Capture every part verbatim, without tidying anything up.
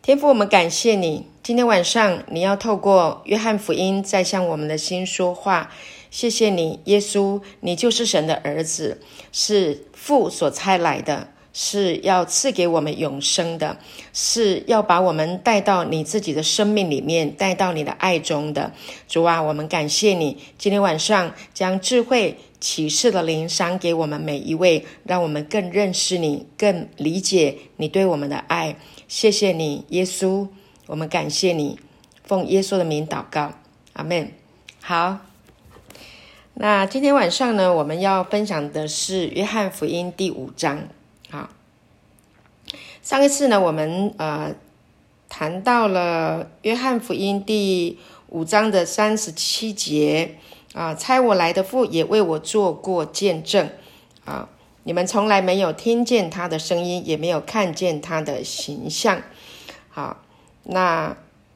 天父，我们感谢你，今天晚上你要透过约翰福音再向我们的心说话。谢谢你，耶稣，你就是神的儿子，是父所差来的，是要赐给我们永生的，是要把我们带到你自己的生命里面，带到你的爱中的。主啊，我们感谢你，今天晚上将智慧启示的灵赏给我们每一位，让我们更认识你，更理解你对我们的爱。谢谢你，耶稣，我们感谢你，奉耶稣的名祷告，阿们。好，那今天晚上呢，我们要分享的是约翰福音第五章。好，上一次呢，我们呃谈到了约翰福音第五章的三十七节啊，差我来的父也为我做过见证啊，你们从来没有听见他的声音，也没有看见他的形象。好，那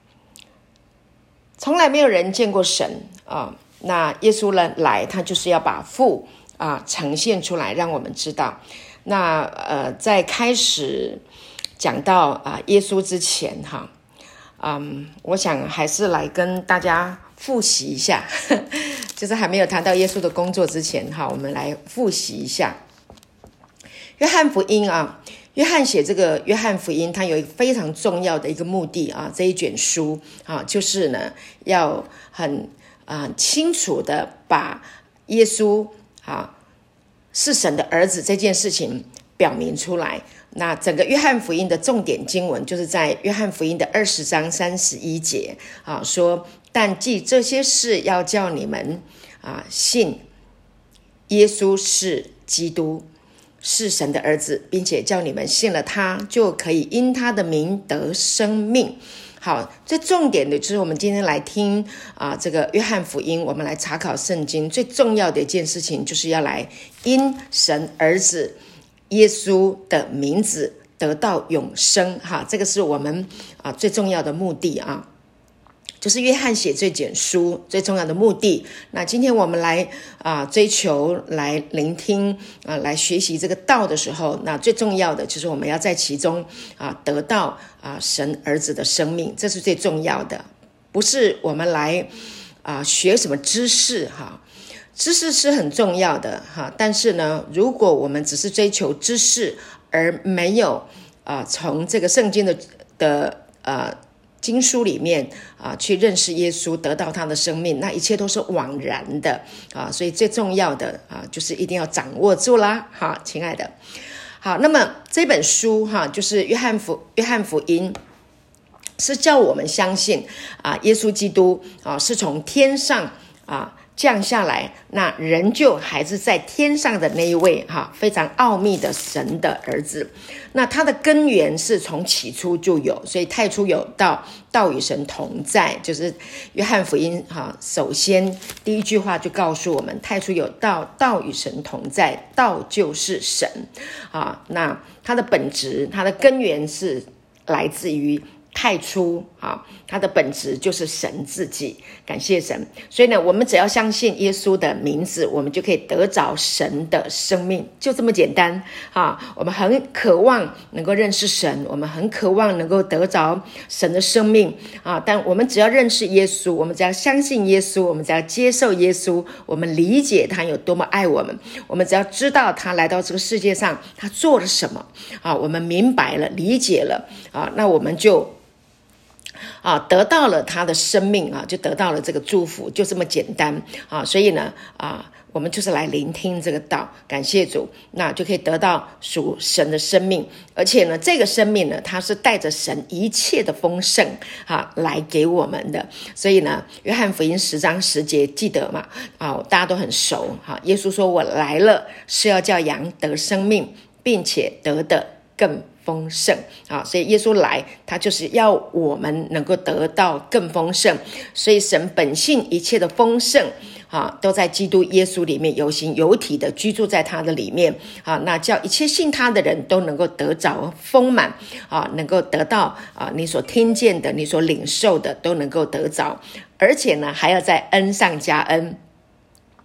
从来没有人见过神啊。那耶稣呢来，他就是要把父啊呈现出来，让我们知道。那呃，在开始讲到啊耶稣之前哈，嗯，我想还是来跟大家复习一下，呵呵就是还没有谈到耶稣的工作之前哈，我们来复习一下约翰福音啊。约翰写这个约翰福音，它有一个非常重要的一个目的啊，这一卷书啊，就是呢要很啊清楚的把耶稣啊是神的儿子这件事情表明出来。那整个约翰福音的重点经文就是在约翰福音的二十章三十一节啊，说但记这些事要叫你们啊信耶稣是基督，是神的儿子，并且叫你们信了他，就可以因他的名得生命。好，最重点的就是我们今天来听啊，这个约翰福音，我们来查考圣经。最重要的一件事情，就是要来因神儿子耶稣的名字得到永生。哈，这个是我们啊最重要的目的啊。就是约翰写这卷书最重要的目的。那今天我们来啊追求来聆听啊来学习这个道的时候，那最重要的就是我们要在其中啊得到啊神儿子的生命，这是最重要的。不是我们来啊学什么知识哈，知识是很重要的哈，但是呢，如果我们只是追求知识而没有啊从这个圣经的的呃。经书里面啊，去认识耶稣，得到他的生命，那一切都是枉然的啊！所以最重要的啊，就是一定要掌握住啦，哈，亲爱的。好，那么这本书哈，就是约翰福约翰福音，是叫我们相信啊，耶稣基督啊，是从天上啊降下来，那人就还是在天上的那一位哈，非常奥秘的神的儿子。那他的根源是从起初就有，所以太初有道，道与神同在，就是约翰福音哈。首先第一句话就告诉我们，太初有道，道与神同在，道就是神啊。那他的本质，他的根源是来自于太初啊，它的本质就是神自己，感谢神。所以呢，我们只要相信耶稣的名字，我们就可以得着神的生命，就这么简单啊。我们很渴望能够认识神，我们很渴望能够得着神的生命啊。但我们只要认识耶稣，我们只要相信耶稣，我们只要接受耶稣，我们理解他有多么爱我们，我们只要知道他来到这个世界上，他做了什么啊，我们明白了，理解了啊，那我们就啊，得到了他的生命啊，就得到了这个祝福，就这么简单啊。所以呢，啊，我们就是来聆听这个道，感谢主，那就可以得到属神的生命。而且呢，这个生命呢，它是带着神一切的丰盛啊来给我们的。所以呢，约翰福音十章十节记得嘛？啊，大家都很熟哈。耶稣说：“我来了，是要叫羊得生命，并且得的更丰盛啊！”所以耶稣来，他就是要我们能够得到更丰盛。所以神本性一切的丰盛啊，都在基督耶稣里面有形有体的居住在他的里面啊。那叫一切信他的人都能够得着丰满啊，能够得到啊你所听见的、你所领受的都能够得着，而且呢还要在恩上加恩。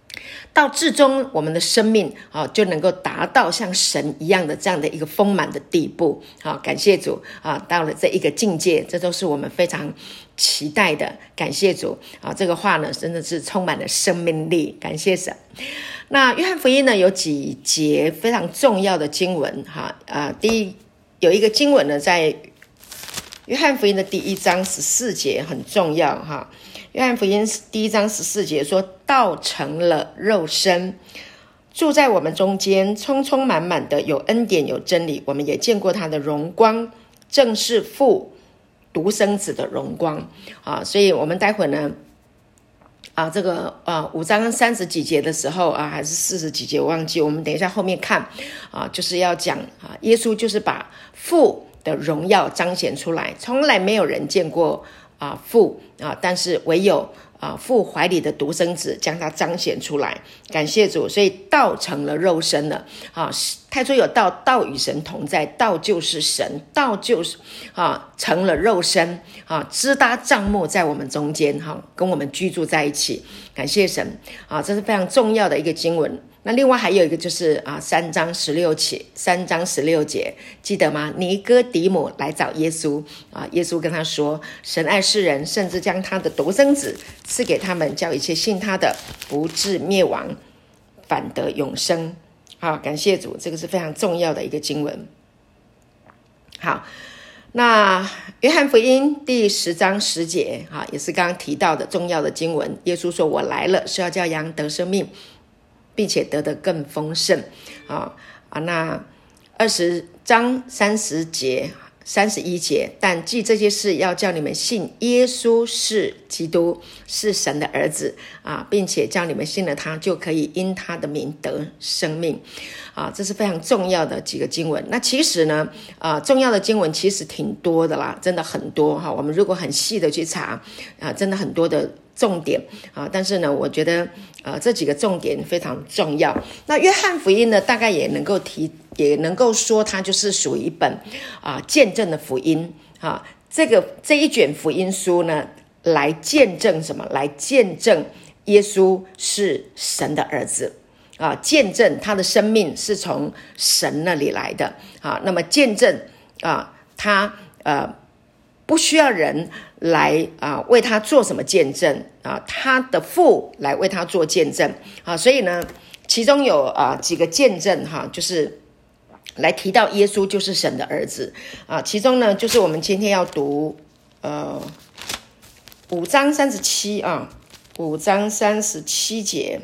到至终我们的生命啊就能够达到像神一样的这样的一个丰满的地步。好，感谢主啊，到了这一个境界，这都是我们非常期待的。感谢主啊，这个话呢真的是充满了生命力，感谢神。那约翰福音呢有几节非常重要的经文哈，啊，第一有一个经文呢在约翰福音的第一章十四节很重要哈。约翰福音第一章十四节说，道成了肉身，住在我们中间，充充满满的有恩典有真理，我们也见过他的荣光，正是父独生子的荣光啊。所以我们待会呢啊，这个啊五章三十几节的时候啊，还是四十几节我忘记，我们等一下后面看啊，就是要讲啊，耶稣就是把父的荣耀彰显出来，从来没有人见过啊父啊，但是唯有啊父怀里的独生子将它彰显出来，感谢主。所以道成了肉身了啊，太初有道，道与神同在，道就是神，道就是啊成了肉身啊，支搭帐幕在我们中间哈、啊，跟我们居住在一起，感谢神啊，这是非常重要的一个经文。那另外还有一个就是啊，三章十六节，三章十六节记得吗？尼哥底母来找耶稣啊，耶稣跟他说，神爱世人，甚至将他的独生子赐给他们，叫一切信他的不至灭亡，反得永生。好，感谢主，这个是非常重要的一个经文。好，那约翰福音第十章十节啊，也是刚刚提到的重要的经文。耶稣说，我来了是要叫羊得生命，并且得得更丰盛啊啊！那二十章三十节、三十一节，但记这些事，要叫你们信耶稣是基督，是神的儿子啊，并且叫你们信了他，就可以因他的名得生命啊！这是非常重要的几个经文。那其实呢，啊，重要的经文其实挺多的啦，真的很多哈。我们如果很细的去查啊，真的很多的重点啊，但是呢，我觉得呃这几个重点非常重要。那约翰福音呢，大概也能够提，也能够说它就是属于一本啊见证的福音啊。这个这一卷福音书呢，来见证什么？来见证耶稣是神的儿子啊，见证他的生命是从神那里来的啊。那么见证啊，他呃。不需要人来啊为他做什么见证啊，他的父来为他做见证啊，所以呢，其中有啊几个见证哈、啊，就是来提到耶稣就是神的儿子啊，其中呢就是我们今天要读呃五章三十七啊，五章三十七节。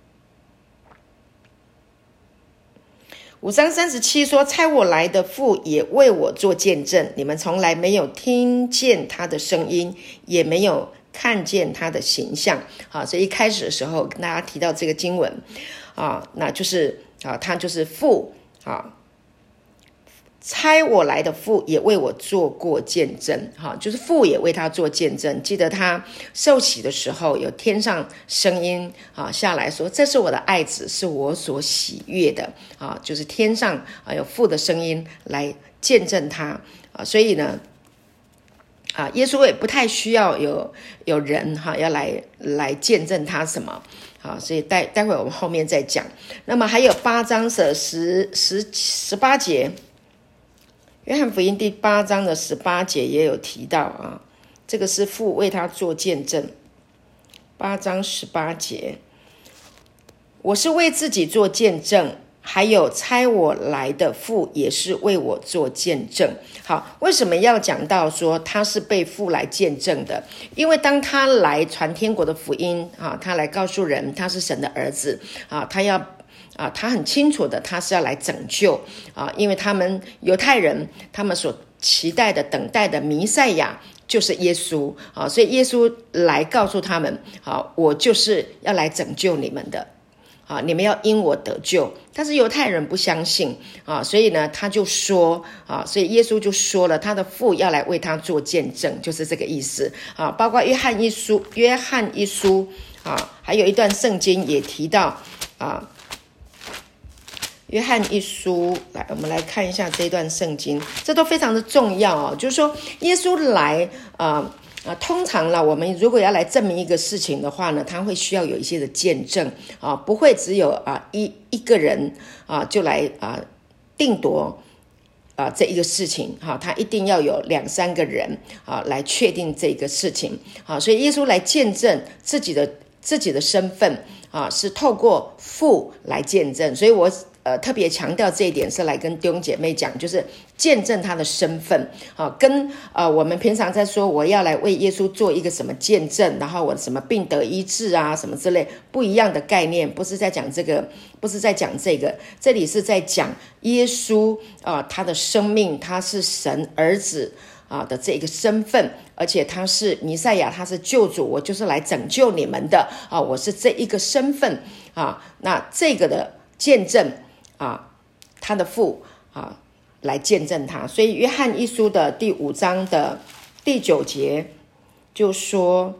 五章三十七说，差我来的父也为我做见证，你们从来没有听见他的声音，也没有看见他的形象。好，所以一开始的时候跟大家提到这个经文啊，那就是啊，他就是父啊，差我来的父也为我做过见证，哈，就是父也为他做见证。记得他受洗的时候，有天上声音啊下来说：“这是我的爱子，是我所喜悦的。”啊，就是天上啊有父的声音来见证他啊，所以呢，啊，耶稣也不太需要有有人哈、啊、要来来见证他什么。好，所以待待会我们后面再讲。那么还有八章的十十十八节。约翰福音第八章的十八节也有提到啊，这个是父为他做见证。八章十八节，我是为自己做见证，还有差我来的父也是为我做见证。好，为什么要讲到说他是被父来见证的？因为当他来传天国的福音啊，他来告诉人他是神的儿子啊，他要啊，他很清楚的，他是要来拯救啊，因为他们犹太人他们所期待的、等待的弥赛亚就是耶稣啊，所以耶稣来告诉他们啊，我就是要来拯救你们的啊，你们要因我得救。但是犹太人不相信啊，所以呢，他就说啊，所以耶稣就说了，他的父要来为他做见证，就是这个意思啊。包括约翰一书，约翰一书啊，还有一段圣经也提到啊。约翰一书，来，我们来看一下这段圣经，这都非常的重要哦。就是说，耶稣来，呃啊，通常呢，我们如果要来证明一个事情的话呢，它会需要有一些的见证啊，不会只有啊一一个人啊就来啊定夺啊这一个事情哈，他一定要有两三个人啊来确定这个事情啊，所以耶稣来见证自己的自己的身份啊，是透过父来见证，所以我呃特别强调这一点，是来跟弟兄姐妹讲，就是见证他的身份啊，跟呃我们平常在说我要来为耶稣做一个什么见证，然后我什么病得医治啊什么之类不一样的概念，不是在讲这个，不是在讲这个，这里是在讲耶稣啊他的生命，他是神儿子啊的这个身份，而且他是弥赛亚，他是救主，我就是来拯救你们的啊，我是这一个身份啊，那这个的见证啊，他的父啊来见证他，所以约翰一书的第五章的第九节就说，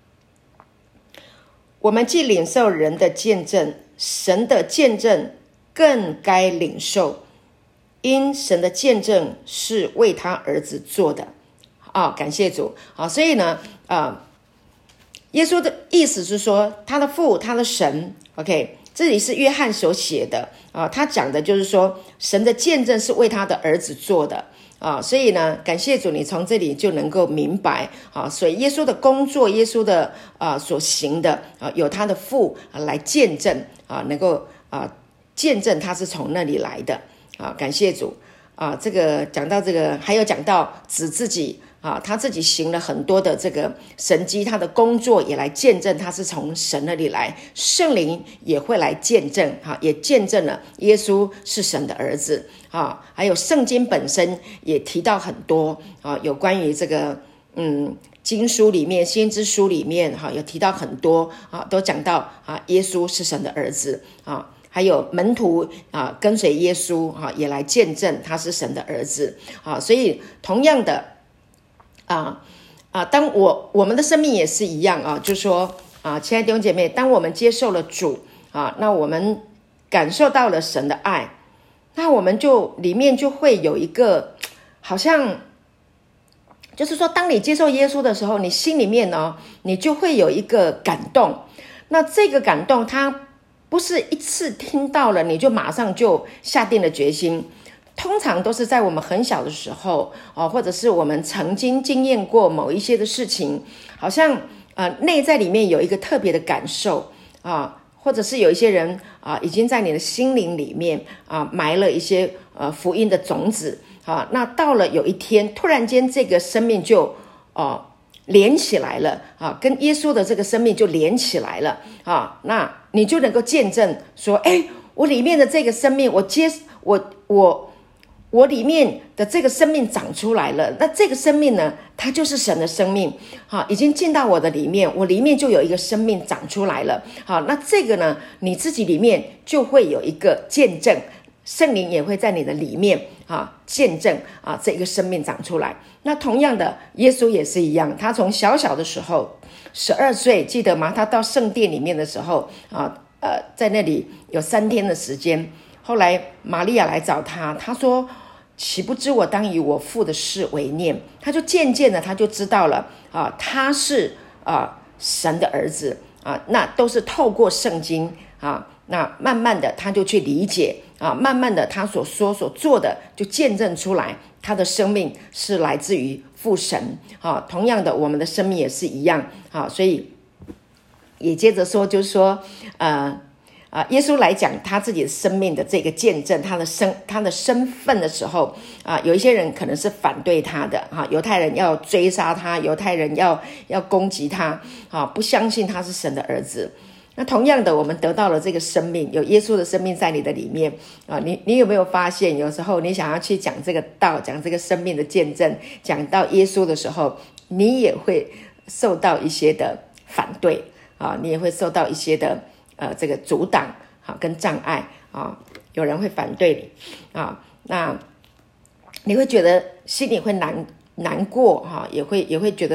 我们既领受人的见证，神的见证更该领受，因神的见证是为他儿子做的啊，感谢主啊！所以呢，啊，耶稣的意思是说，他的父，他的神 ，OK， 这里是约翰所写的啊，他讲的就是说，神的见证是为他的儿子做的啊，所以呢，感谢主，你从这里就能够明白啊，所以耶稣的工作，耶稣的啊所行的啊，有他的父啊来见证啊，能够啊见证他是从那里来的。啊，感谢主啊！这个讲到这个，还有讲到指自己啊，他自己行了很多的这个神迹，他的工作也来见证他是从神那里来，圣灵也会来见证，哈、啊，也见证了耶稣是神的儿子啊。还有圣经本身也提到很多啊，有关于这个嗯经书里面、先知书里面哈、啊，有提到很多啊，都讲到啊，耶稣是神的儿子啊。还有门徒啊，跟随耶稣啊，也来见证他是神的儿子啊。所以同样的啊啊，当我我们的生命也是一样啊，就是说啊，亲爱的弟兄姐妹，当我们接受了主啊，那我们感受到了神的爱，那我们就里面就会有一个好像，就是说，当你接受耶稣的时候，你心里面呢，你就会有一个感动。那这个感动，它不是一次听到了你就马上就下定了决心，通常都是在我们很小的时候、哦、或者是我们曾经经验过某一些的事情，好像呃内在里面有一个特别的感受啊，或者是有一些人啊已经在你的心灵里面啊埋了一些呃福音的种子啊，那到了有一天突然间这个生命就哦。连起来了啊，跟耶稣的这个生命就连起来了啊，那你就能够见证说，哎，我里面的这个生命，我接我我我里面的这个生命长出来了，那这个生命呢，它就是神的生命啊，已经进到我的里面，我里面就有一个生命长出来了，好，那这个呢，你自己里面就会有一个见证。圣灵也会在你的里面啊见证啊这个生命长出来。那同样的，耶稣也是一样，他从小小的时候，十二岁，记得吗？他到圣殿里面的时候啊，呃，在那里有三天的时间。后来玛利亚来找他，他说：“岂不知我当以我父的事为念？”他就渐渐的他就知道了啊，他是啊神的儿子啊，那都是透过圣经啊。那慢慢的他就去理解啊，慢慢的他所说所做的就见证出来，他的生命是来自于父神啊。同样的，我们的生命也是一样啊。所以也接着说，就是说，呃啊，耶稣来讲他自己的生命的这个见证，他的身他的身份的时候啊，有一些人可能是反对他的哈、啊，犹太人要追杀他，犹太人要要攻击他啊，不相信他是神的儿子。那同样的，我们得到了这个生命，有耶稣的生命在你的里面啊！你你有没有发现，有时候你想要去讲这个道，讲这个生命的见证，讲到耶稣的时候，你也会受到一些的反对啊，你也会受到一些的呃这个阻挡啊跟障碍啊，有人会反对你啊，那你会觉得心里会难难过哈、啊，也会也会觉得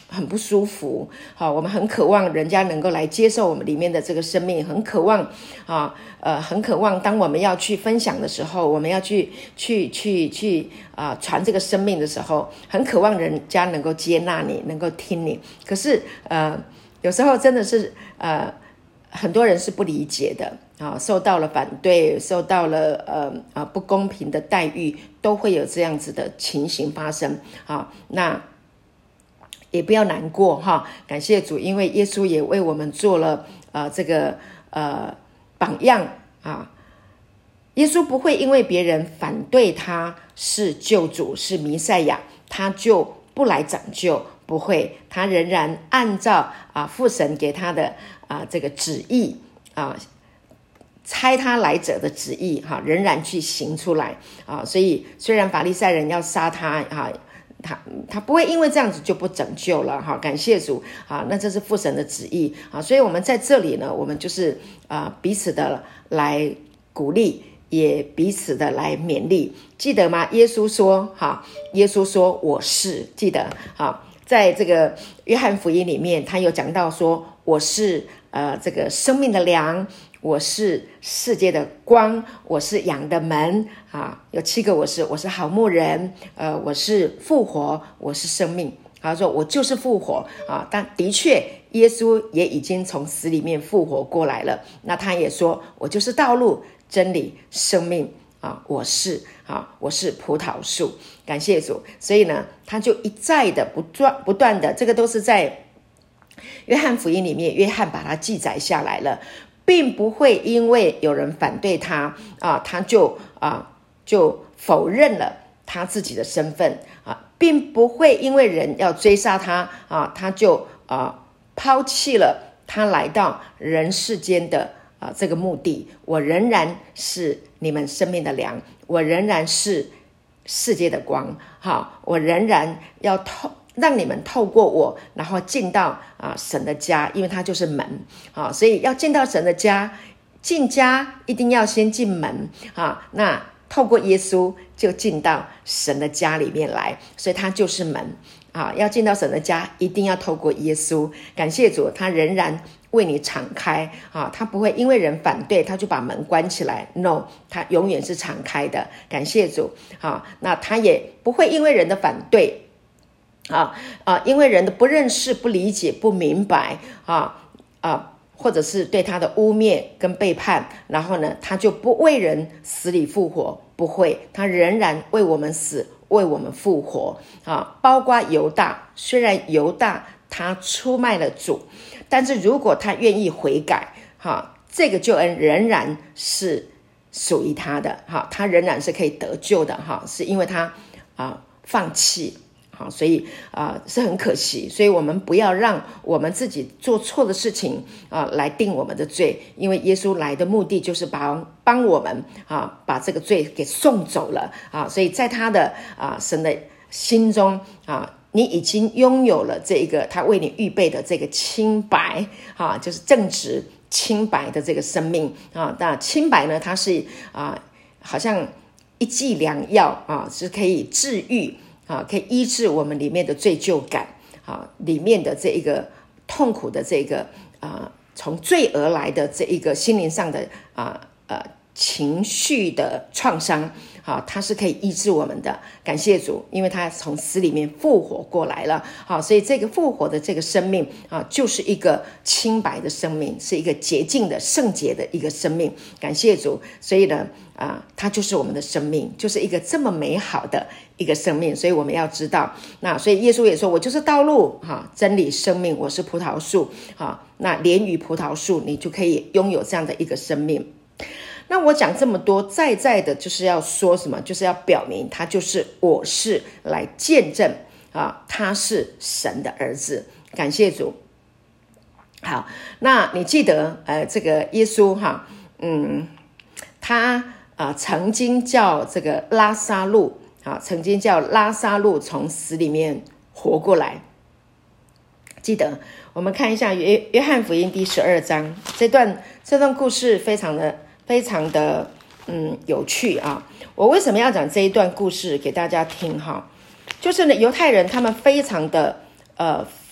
很不舒服，好，我们很渴望人家能够来接受我们里面的这个生命，很渴望啊，呃，很渴望当我们要去分享的时候，我们要去去去去啊传这个生命的时候，很渴望人家能够接纳你，能够听你。可是呃，有时候真的是呃，很多人是不理解的。啊，受到了反对，受到了呃啊不公平的待遇，都会有这样子的情形发生啊。那也不要难过哈，感谢主，因为耶稣也为我们做了呃这个呃榜样啊。耶稣不会因为别人反对他是救主是弥赛亚，他就不来拯救，不会，他仍然按照啊父神给他的啊这个旨意啊。差他来者的旨意哈，仍然去行出来啊！所以虽然法利赛人要杀他哈，他他不会因为这样子就不拯救了哈。感谢主啊，那这是父神的旨意啊！所以我们在这里呢，我们就是啊彼此的来鼓励，也彼此的来勉励，记得吗？耶稣说哈，耶稣说我是，记得啊，在这个约翰福音里面，他有讲到说我是呃这个生命的粮。我是世界的光，我是羊的门啊，有七个我是，我是好牧人，呃，我是复活，我是生命。他说我就是复活啊，但的确耶稣也已经从死里面复活过来了。那他也说我就是道路、真理、生命啊，我是啊，我是葡萄树。感谢主，所以呢，他就一再的不断不断的，这个都是在约翰福音里面，约翰把它记载下来了。并不会因为有人反对他啊，他就啊就否认了他自己的身份啊，并不会因为人要追杀他啊，他就啊抛弃了他来到人世间的啊这个目的。我仍然是你们生命的粮，我仍然是世界的光，好，我仍然要透。让你们透过我，然后进到啊神的家，因为他就是门啊，所以要进到神的家，进家一定要先进门啊。那透过耶稣就进到神的家里面来，所以他就是门啊。要进到神的家，一定要透过耶稣。感谢主，他仍然为你敞开啊，他不会因为人反对，他就把门关起来。No， 他永远是敞开的。感谢主啊，那他也不会因为人的反对。啊啊！因为人的不认识、不理解、不明白啊啊，或者是对他的污蔑跟背叛，然后呢，他就不为人死里复活，不会，他仍然为我们死，为我们复活啊！包括犹大，虽然犹大他出卖了主，但是如果他愿意悔改，哈、啊，这个救恩仍然是属于他的，哈、啊，他仍然是可以得救的，哈、啊，是因为他啊放弃。好，所以啊、呃、是很可惜，所以我们不要让我们自己做错的事情啊、呃、来定我们的罪，因为耶稣来的目的就是帮帮我们啊把这个罪给送走了啊，所以在他的啊神的心中啊，你已经拥有了这一个他为你预备的这个清白啊，就是正直清白的这个生命啊。那清白呢，它是啊好像一剂良药啊，是可以治愈。啊，可以医治我们里面的罪疚感啊，里面的这一个痛苦的这个啊，从罪而来的这一个心灵上的啊呃情绪的创伤啊，它是可以医治我们的。感谢主，因为他从死里面复活过来了。好，所以这个复活的这个生命啊，就是一个清白的生命，是一个洁净的圣洁的一个生命。感谢主，所以呢啊，它就是我们的生命，就是一个这么美好的一个生命。所以我们要知道，那所以耶稣也说，我就是道路哈，真理生命，我是葡萄树哈。那连于葡萄树，你就可以拥有这样的一个生命。那我讲这么多，在在的就是要说什么？就是要表明他就是我是来见证啊，他是神的儿子。感谢主。好，那你记得呃，这个耶稣哈，嗯，他啊、呃、曾经叫这个拉撒路啊，曾经叫拉撒路从死里面活过来。记得我们看一下约约翰福音第十二章这段这段故事非常的。非常的嗯有趣啊！我为什么要讲这一段故事给大家听哈？就是呢，犹太人他们非常的呃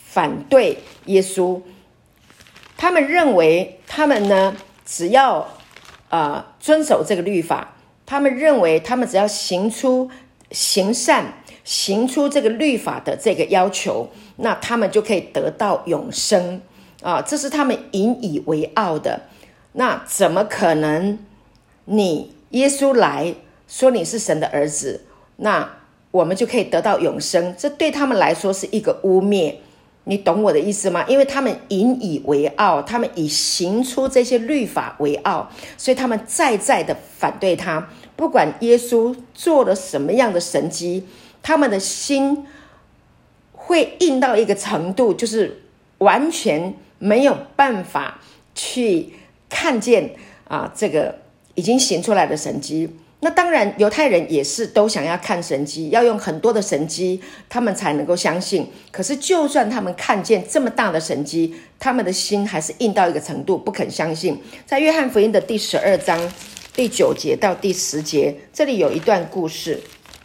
反对耶稣。他们认为他们呢，只要呃遵守这个律法，他们认为他们只要行出行善，行出这个律法的这个要求，那他们就可以得到永生啊！这是他们引以为傲的。那怎么可能？你耶稣来说你是神的儿子，那我们就可以得到永生？这对他们来说是一个污蔑。你懂我的意思吗？因为他们引以为傲，他们以行出这些律法为傲，所以他们再再的反对他。不管耶稣做了什么样的神迹，他们的心会硬到一个程度，就是完全没有办法去看见啊，这个已经行出来的神迹。那当然犹太人也是都想要看神迹，要用很多的神迹他们才能够相信。可是就算他们看见这么大的神迹，他们的心还是硬到一个程度，不肯相信。在约翰福音的第十二章第九节到第十节，这里有一段故事，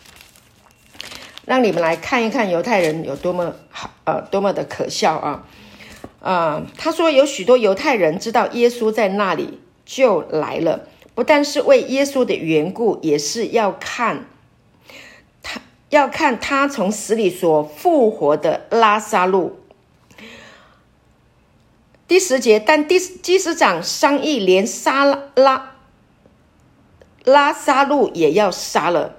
让你们来看一看犹太人有多么好，呃，多么的可笑啊！呃，他说有许多犹太人知道耶稣在那里，就来了。不但是为耶稣的缘故，也是要看他，要看他从死里所复活的拉撒路。第十节，但祭司长商议，连杀拉拉撒路也要杀了。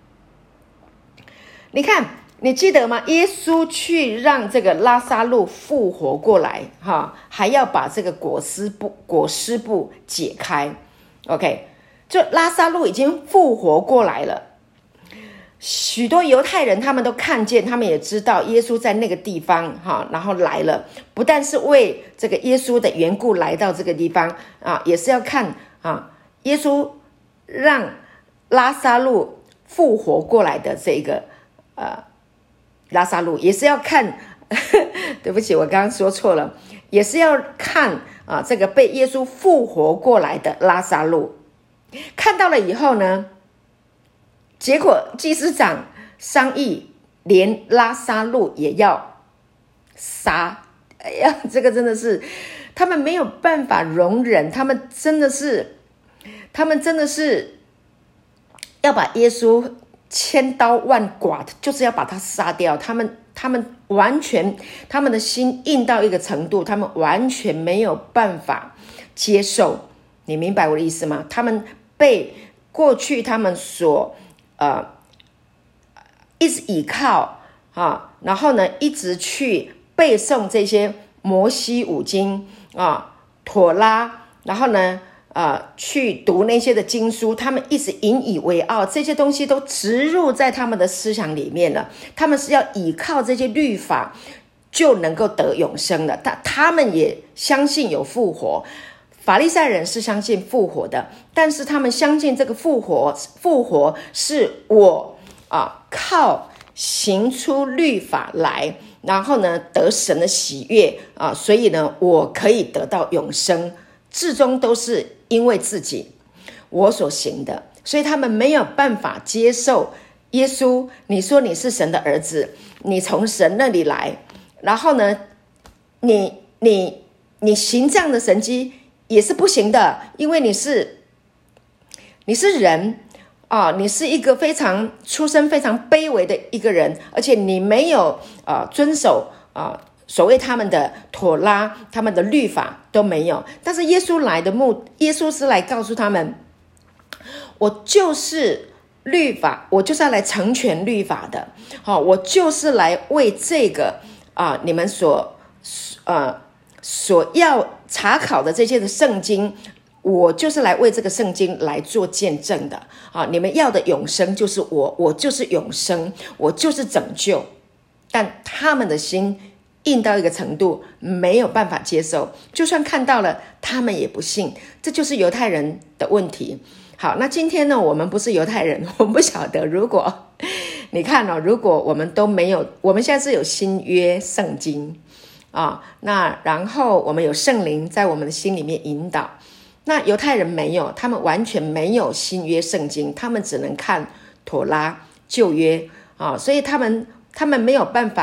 你看，你记得吗？耶稣去让这个拉撒路复活过来，哈，还要把这个裹尸布裹尸布解开。OK， 就拉撒路已经复活过来了。许多犹太人他们都看见，他们也知道耶稣在那个地方哈，然后来了，不但是为这个耶稣的缘故来到这个地方啊，也是要看啊，耶稣让拉撒路复活过来的这个呃拉撒路，也是要看对不起，我刚刚说错了，也是要看啊，这个被耶稣复活过来的拉撒路。看到了以后呢，结果祭司长商议，连拉撒路也要杀。哎呀，这个真的是他们没有办法容忍，他们真的是他们真的是要把耶稣千刀万剐，就是要把他杀掉。他们他们完全他们的心硬到一个程度，他们完全没有办法接受。你明白我的意思吗？他们被过去他们所呃一直倚靠啊，然后呢一直去背诵这些摩西五经啊、妥拉，然后呢呃，去读那些的经书，他们一直引以为傲，这些东西都植入在他们的思想里面了。他们是要依靠这些律法就能够得永生的，但他们也相信有复活。法利赛人是相信复活的，但是他们相信这个复活，复活是我啊靠行出律法来，然后呢得神的喜悦啊，所以呢我可以得到永生。至终都是因为自己我所行的，所以他们没有办法接受耶稣。你说你是神的儿子，你从神那里来，然后呢你你你行这样的神迹也是不行的，因为你是你是人啊，你是一个非常出身非常卑微的一个人，而且你没有啊遵守啊所谓他们的妥拉，他们的律法都没有。但是耶稣来的目，耶稣是来告诉他们，我就是律法，我就是要来成全律法的。好、哦，我就是来为这个啊、呃、你们所呃所要查考的这些的圣经，我就是来为这个圣经来做见证的啊！你们要的永生就是我，我就是永生，我就是拯救。但他们的心硬到一个程度，没有办法接受，就算看到了，他们也不信。这就是犹太人的问题。好，那今天呢，我们不是犹太人，我们不晓得，如果你看哦，如果我们都没有，我们现在是有新约圣经啊，那然后我们有圣灵在我们的心里面引导。那犹太人没有，他们完全没有新约圣经，他们只能看妥拉旧约啊，所以他们他们没有办法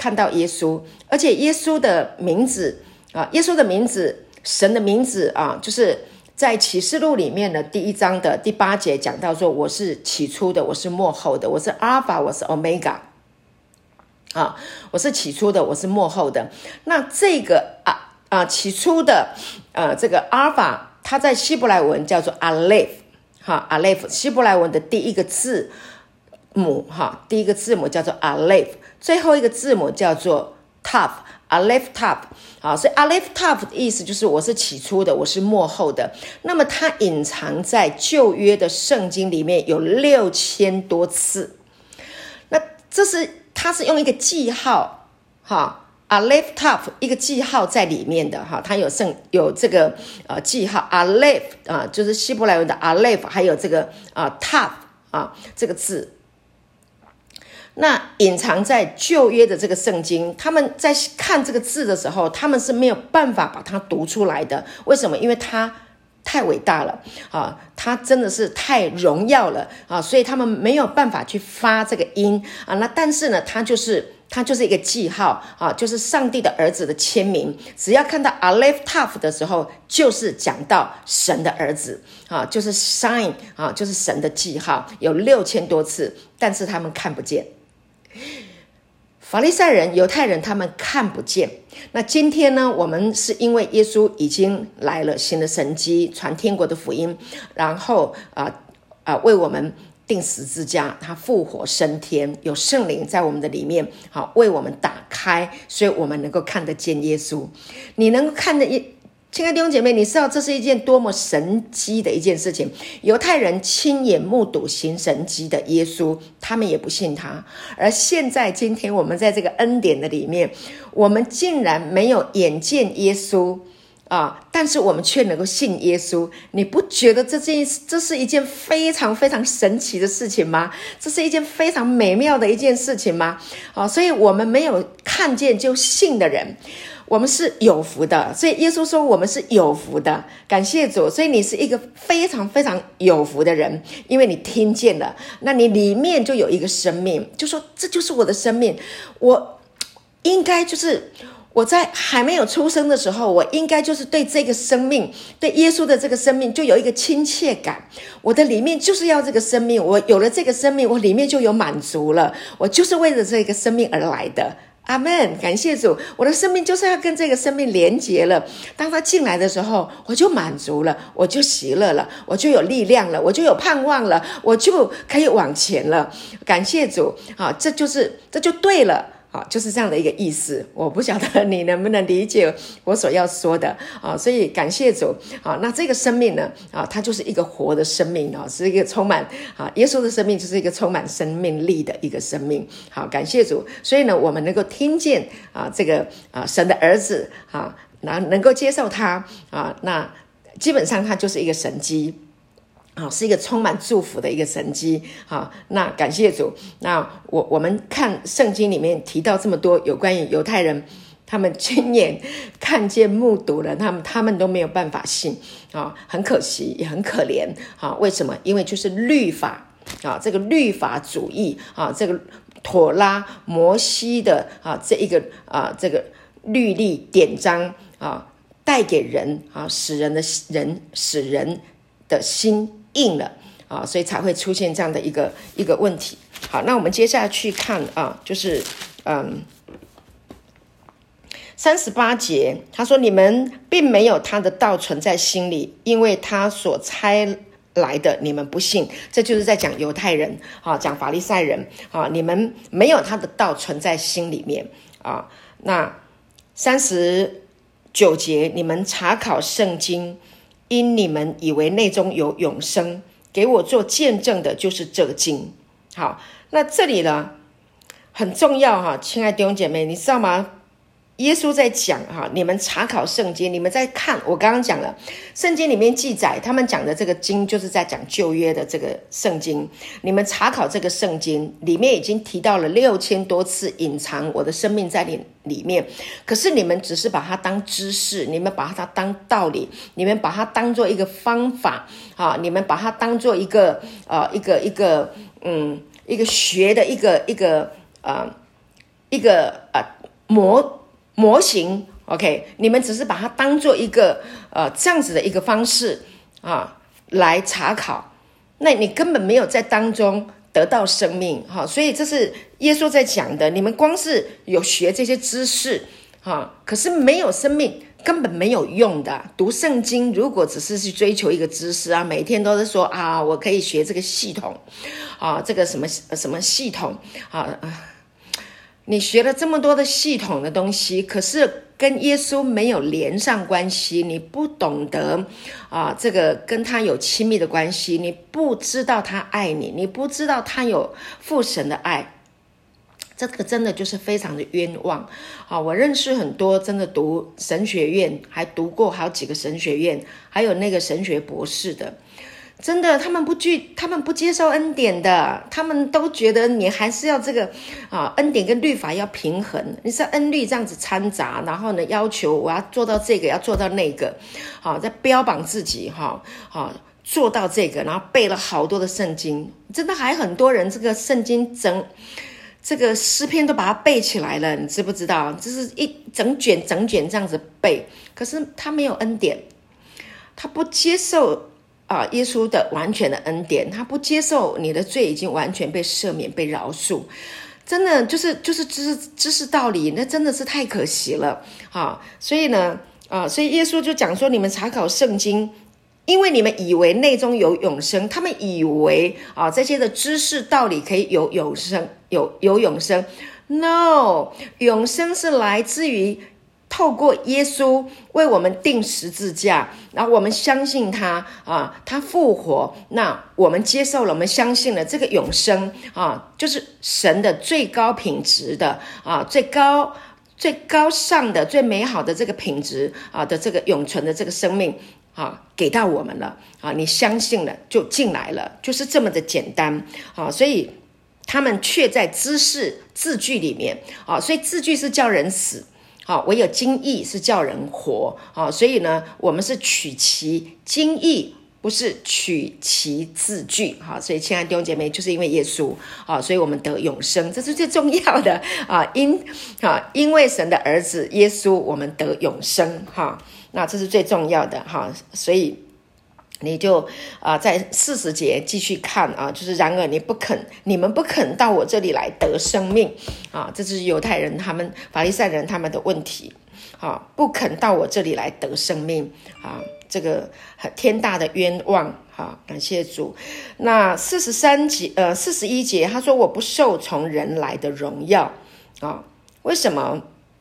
看到耶稣，而且耶稣的名字啊，耶稣的名字，神的名字啊，就是在启示录里面的第一章的第八节讲到说，我是起初的，我是末后的，我是阿尔法，我是 Omega 啊，我是起初的，我是末后的。那这个啊啊起初的呃这个阿尔法，它在希伯来文叫做 Aleph 哈 Aleph， 希伯来文的第一个字母哈，第一个字母叫做 Aleph， 最后一个字母叫做 Tav。Aleph Tav 啊，所以 Aleph Tav 的意思就是我是起初的，我是末后的。那么它隐藏在旧约的圣经里面有六千多次。那这是它是用一个记号哈 ，Aleph Tav 一个记号在里面的哈，它有圣有这个呃记号 Aleph 啊，就是希伯来文的 Aleph， 还有这个啊 Tav 啊这个字。那隐藏在旧约的这个圣经，他们在看这个字的时候，他们是没有办法把它读出来的。为什么？因为它太伟大了啊，它真的是太荣耀了啊，所以他们没有办法去发这个音啊。那但是呢，它就是它就是一个记号啊，就是上帝的儿子的签名。只要看到 Aleph Tav 的时候，就是讲到神的儿子啊，就是 sign 啊，就是神的记号，有六千多次，但是他们看不见。法利赛人、犹太人他们看不见。那今天呢，我们是因为耶稣已经来了，行了神迹，传天国的福音，然后啊啊、呃呃、为我们钉十字架，他复活升天，有圣灵在我们的里面，好为我们打开，所以我们能够看得见耶稣。你能够看得见。亲爱的弟兄姐妹，你知道这是一件多么神迹的一件事情。犹太人亲眼目睹行神迹的耶稣，他们也不信他。而现在今天我们在这个恩典的里面，我们竟然没有眼见耶稣啊，但是我们却能够信耶稣。你不觉得这件这是一件非常非常神奇的事情吗？这是一件非常美妙的一件事情吗？啊，所以我们没有看见就信的人，我们是有福的。所以耶稣说我们是有福的，感谢主。所以你是一个非常非常有福的人，因为你听见了，那你里面就有一个生命，就说这就是我的生命。我应该就是我在还没有出生的时候，我应该就是对这个生命，对耶稣的这个生命就有一个亲切感。我的里面就是要这个生命，我有了这个生命，我里面就有满足了，我就是为了这个生命而来的。阿们，感谢主，我的生命就是要跟这个生命连结了。当他进来的时候，我就满足了，我就喜乐了，我就有力量了，我就有盼望了，我就可以往前了。感谢主啊，这就是这就对了。啊，就是这样的一个意思。我不晓得你能不能理解我所要说的啊，所以感谢主啊。那这个生命呢啊，它就是一个活的生命啊，是一个充满啊，耶稣的生命就是一个充满生命力的一个生命。好，感谢主。所以呢，我们能够听见啊，这个啊神的儿子啊，那能够接受他啊，那基本上他就是一个神迹。好，是一个充满祝福的一个神迹。好，那感谢主。那我我们看圣经里面提到这么多有关于犹太人，他们亲眼看见目睹了，他们他们都没有办法信啊，很可惜也很可怜啊。为什么？因为就是律法啊，这个律法主义啊，这个妥拉摩西的啊这一个啊这个律例典章啊，带给人啊，使人的人使人的心硬了啊，所以才会出现这样的一个一个问题。好，那我们接下来去看啊，就是嗯，三十八节，他说：“你们并没有他的道存在心里，因为他所差来的你们不信。”这就是在讲犹太人啊，讲法利赛人啊，你们没有他的道存在心里面啊。那三十九节，你们查考圣经。因你们以为内中有永生，给我做见证的就是这个经。好，那这里呢很重要哈，亲爱的弟兄姐妹，你知道吗？耶稣在讲哈，你们查考圣经，你们在看，我刚刚讲了，圣经里面记载，他们讲的这个经就是在讲旧约的这个圣经。你们查考这个圣经，里面已经提到了六千多次隐藏我的生命在里里面，可是你们只是把它当知识，你们把它当道理，你们把它当做一个方法啊，你们把它当做一个呃一个一个嗯一个学的一个一个呃。 一个呃模模型 ，OK， 你们只是把它当做一个呃这样子的一个方式啊来查考，那你根本没有在当中得到生命哈，所以这是耶稣在讲的。你们光是有学这些知识哈，可是没有生命，根本没有用的。读圣经如果只是去追求一个知识啊，每天都是说啊，我可以学这个系统啊，这个什么什么系统啊，你学了这么多的系统的东西，可是跟耶稣没有连上关系，你不懂得啊，这个跟他有亲密的关系，你不知道他爱你，你不知道他有父神的爱，这个真的就是非常的冤枉啊！我认识很多真的读神学院，还读过好几个神学院，还有那个神学博士的，真的他们不拒，他们不接受恩典的，他们都觉得你还是要这个啊，恩典跟律法要平衡，你是恩律这样子掺杂，然后呢要求我要做到这个，要做到那个，好、啊，在标榜自己哈，好、啊。做到这个，然后背了好多的圣经，真的还很多人这个圣经整这个诗篇都把它背起来了，你知不知道？就是一整卷整卷这样子背，可是他没有恩典，他不接受啊耶稣的完全的恩典，他不接受你的罪已经完全被赦免被饶恕，真的就是就是知识知识道理，那真的是太可惜了啊！所以呢啊，所以耶稣就讲说，你们查考圣经。因为你们以为内中有永生，他们以为啊这些的知识道理可以有永生，有有永生。No， 永生是来自于透过耶稣为我们钉十字架，然后我们相信他啊，他复活，那我们接受了，我们相信了这个永生啊，就是神的最高品质的啊，最高最高尚的、最美好的这个品质啊的这个永存的这个生命。啊，给到我们了啊！你相信了就进来了，就是这么的简单啊！所以他们却在知识字句里面啊，所以字句是叫人死，啊，唯有经义是叫人活啊！所以呢，我们是取其经义，不是取其字句，哈！所以亲爱的弟兄姐妹，就是因为耶稣啊，所以我们得永生，这是最重要的啊！因啊，因为神的儿子耶稣，我们得永生，哈！那这是最重要的哈，所以你就啊、呃、在四十节继续看啊，就是然而你不肯，你们不肯到我这里来得生命啊，这是犹太人他们法利赛人他们的问题啊，不肯到我这里来得生命啊，这个天大的冤枉啊，感谢主。那四十三节呃四十一节他说我不受从人来的荣耀啊，为什么？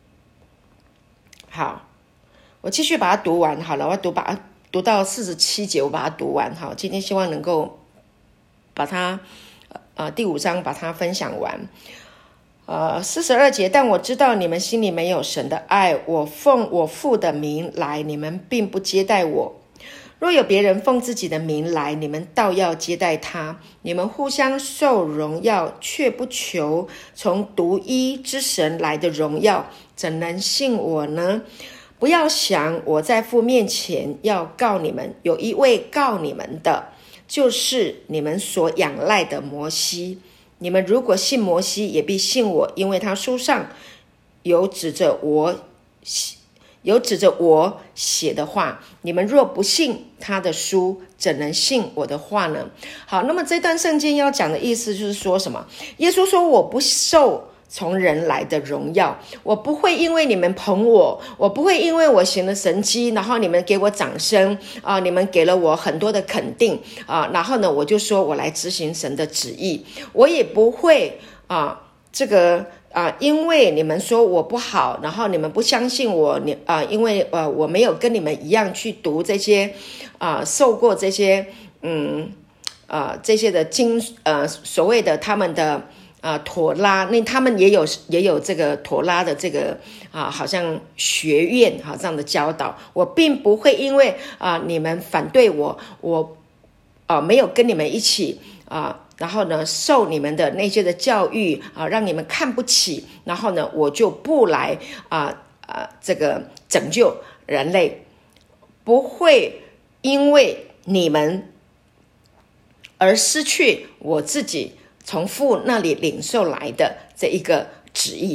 好。我继续把它读完好了，我要读把它读到四十七节，我把它读完好。今天希望能够把它呃第五章把它分享完。呃四十二节，但我知道你们心里没有神的爱，我奉我父的名来，你们并不接待我。若有别人奉自己的名来，你们倒要接待他。你们互相受荣耀，却不求从独一之神来的荣耀，怎能信我呢？不要想我在父面前要告你们，有一位告你们的，就是你们所仰赖的摩西。你们如果信摩西，也必信我，因为他书上有指着我有指着我写的话。你们若不信他的书，怎能信我的话呢？好，那么这段圣经要讲的意思就是说什么？耶稣说我不受从人来的荣耀，我不会因为你们捧我，我不会因为我行了神迹，然后你们给我掌声啊、呃，你们给了我很多的肯定啊、呃，然后呢，我就说我来执行神的旨意，我也不会啊、呃，这个啊、呃，因为你们说我不好，然后你们不相信我，你啊、呃，因为呃我没有跟你们一样去读这些啊、呃，受过这些嗯啊、呃、这些的经呃所谓的他们的。啊，妥拉，那他们也有也有这个妥拉的这个啊，好像学院哈、啊、这样的教导。我并不会因为啊你们反对我，我啊没有跟你们一起啊，然后呢受你们的那些的教育啊，让你们看不起，然后呢我就不来啊啊这个拯救人类，不会因为你们而失去我自己从父那里领受来的这一个旨意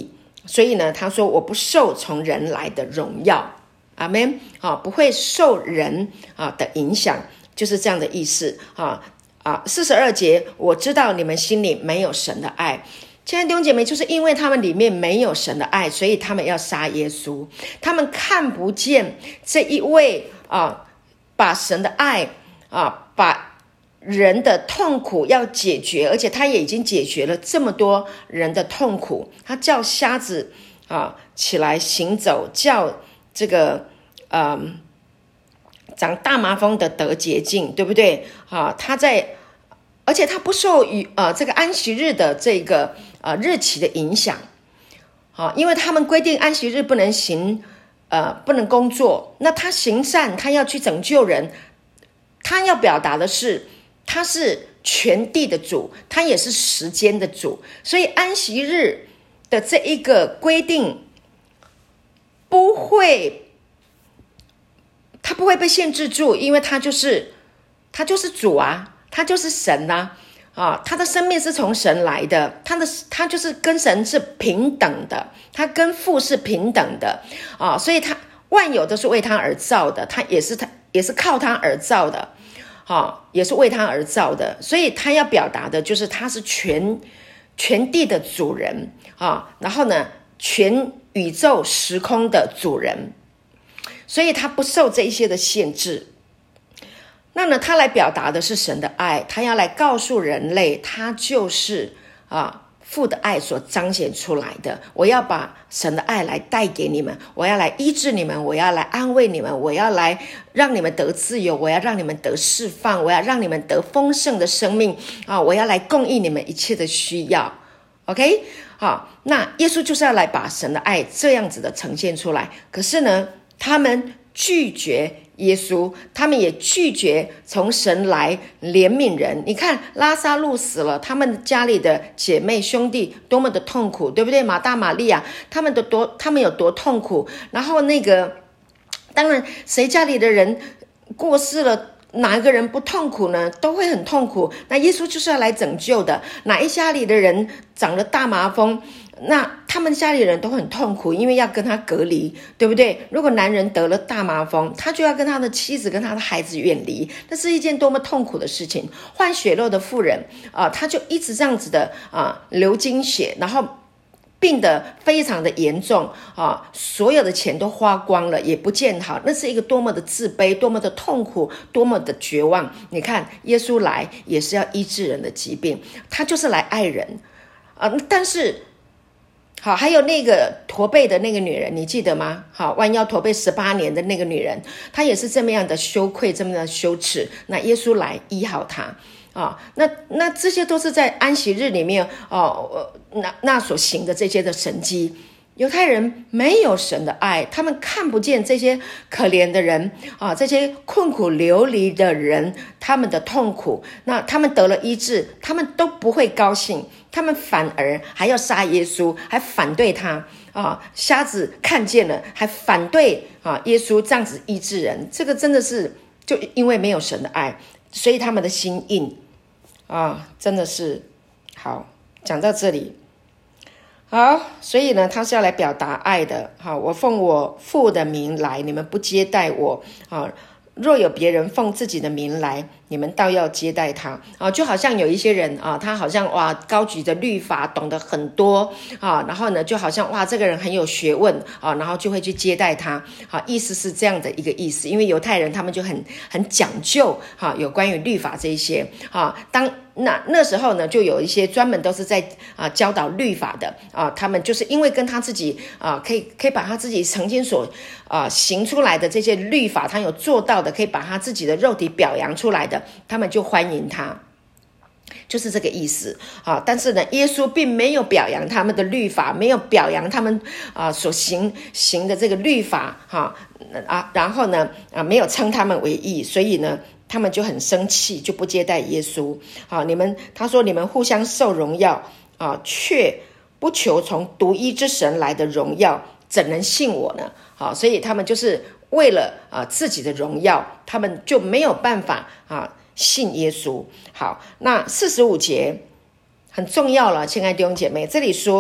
所以呢，他说我不受从人来的荣耀，阿们啊，不会受人啊的影响，就是这样的意思啊啊。四十二节，我知道你们心里没有神的爱。亲爱的弟兄姐妹，就是因为他们里面没有神的爱，所以他们要杀耶稣。他们看不见这一位啊，把神的爱啊，把人的痛苦要解决，而且他也已经解决了这么多人的痛苦。他叫瞎子啊起来行走，叫这个呃长大麻风的得洁净，对不对啊？他在，而且他不受于呃这个安息日的这个呃日期的影响，啊，因为他们规定安息日不能行呃不能工作，那他行善，他要去拯救人，他要表达的是他是全地的主，他也是时间的主，所以安息日的这一个规定不会，他不会被限制住，因为他就是他就是主啊，他就是神啊，啊，他的生命是从神来的，他的他就是跟神是平等的，他跟父是平等的啊，所以他万有都是为他而造的，他也是他也是靠他而造的。哦，也是为他而造的，所以他要表达的就是他是全全地的主人啊、哦，然后呢，全宇宙时空的主人，所以他不受这一些的限制。那呢，他来表达的是神的爱，他要来告诉人类，他就是啊父的爱所彰显出来的。我要把神的爱来带给你们，我要来医治你们，我要来安慰你们，我要来让你们得自由，我要让你们得释放，我要让你们得丰盛的生命啊！我要来供应你们一切的需要。OK， 好，那耶稣就是要来把神的爱这样子的呈现出来。可是呢，他们拒绝耶稣，他们也拒绝从神来怜悯人。你看拉撒路死了，他们家里的姐妹兄弟多么的痛苦，对不对？马大马利亚他们的多，他们有多痛苦。然后那个，当然谁家里的人过世了，哪一个人不痛苦呢？都会很痛苦。那耶稣就是要来拯救的。哪一家里的人长了大麻风，那他们家里人都很痛苦，因为要跟他隔离，对不对？如果男人得了大麻风，他就要跟他的妻子跟他的孩子远离，那是一件多么痛苦的事情。患血肉的妇人啊、呃，他就一直这样子的啊、呃、流经血，然后病得非常的严重啊，所有的钱都花光了，也不见好，那是一个多么的自卑，多么的痛苦，多么的绝望。你看耶稣来也是要医治人的疾病，他就是来爱人啊、呃，但是好，还有那个驼背的那个女人，你记得吗？好，弯腰驼背十八年的那个女人，她也是这么样的羞愧，这么样的羞耻。那耶稣来医好她啊、哦，那那这些都是在安息日里面哦，那那所行的这些的神迹。犹太人没有神的爱，他们看不见这些可怜的人啊，这些困苦流离的人，他们的痛苦。那他们得了医治，他们都不会高兴，他们反而还要杀耶稣，还反对他啊。瞎子看见了，还反对啊耶稣这样子医治人，这个真的是就因为没有神的爱，所以他们的心硬啊，真的是好。讲到这里。好，所以呢，他是要来表达爱的。好，我奉我父的名来，你们不接待我。好，若有别人奉自己的名来，你们倒要接待他啊！就好像有一些人啊，他好像哇高举着律法，懂得很多啊，然后呢，就好像哇这个人很有学问啊，然后就会去接待他。好，意思是这样的一个意思，因为犹太人他们就很很讲究哈、啊，有关于律法这一些啊，当。那那时候呢，就有一些专门都是在啊教导律法的啊，他们就是因为跟他自己啊，可以可以把他自己曾经所啊行出来的这些律法，他有做到的，可以把他自己的肉体表扬出来的，他们就欢迎他。就是这个意思啊，但是呢，耶稣并没有表扬他们的律法，没有表扬他们啊所行行的这个律法哈 啊, 啊，然后呢啊没有称他们为义，所以呢他们就很生气，就不接待耶稣。啊，你们他说你们互相受荣耀啊，却不求从独一之神来的荣耀，怎能信我呢？啊，所以他们就是为了啊自己的荣耀，他们就没有办法啊。信耶稣。好，那四十五节很重要了，亲爱的弟兄姐妹，这里说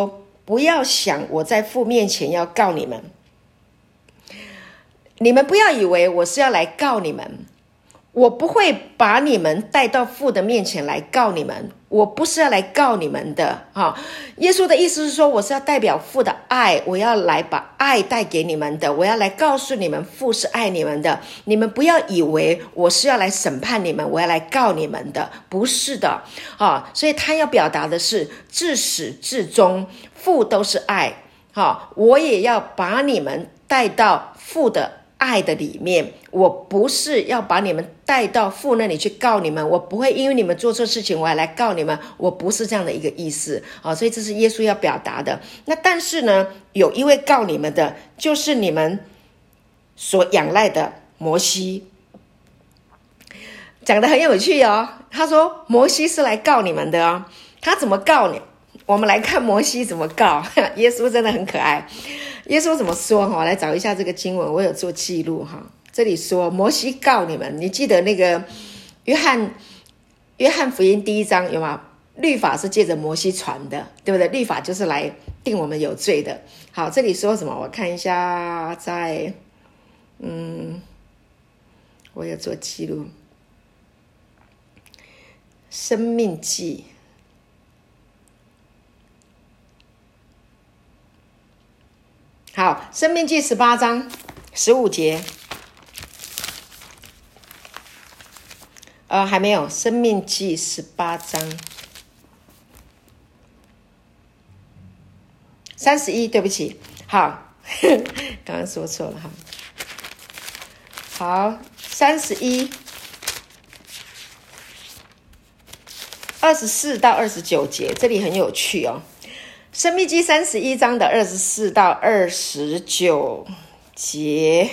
不要想我在父面前要告你们，你们不要以为我是要来告你们，我不会把你们带到父的面前来告你们，我不是要来告你们的。哦、耶稣的意思是说，我是要代表父的爱，我要来把爱带给你们的，我要来告诉你们父是爱你们的。你们不要以为我是要来审判你们，我要来告你们的，不是的。哦、所以他要表达的是，自始至终父都是爱。哦、我也要把你们带到父的爱的里面，我不是要把你们带到父那里去告你们，我不会因为你们做错事情我还来告你们，我不是这样的一个意思、哦、所以这是耶稣要表达的。那但是呢，有一位告你们的，就是你们所仰赖的摩西。讲得很有趣哦，他说摩西是来告你们的哦，他怎么告你？我们来看摩西怎么告。耶稣真的很可爱，耶稣怎么说？我来找一下这个经文，我有做记录哈。这里说摩西告你们，你记得那个约翰约翰福音第一章有吗？律法是借着摩西传的，对不对？律法就是来定我们有罪的。好，这里说什么？我看一下，在嗯，我有做记录，生命记。好，申命记十八章十五节，呃，还没有，申命记十八章三十一，对不起，好，刚刚说错了哈。好，三十一，二十四到二十九节，这里很有趣哦。申命记三十一章的二十四到二十九节，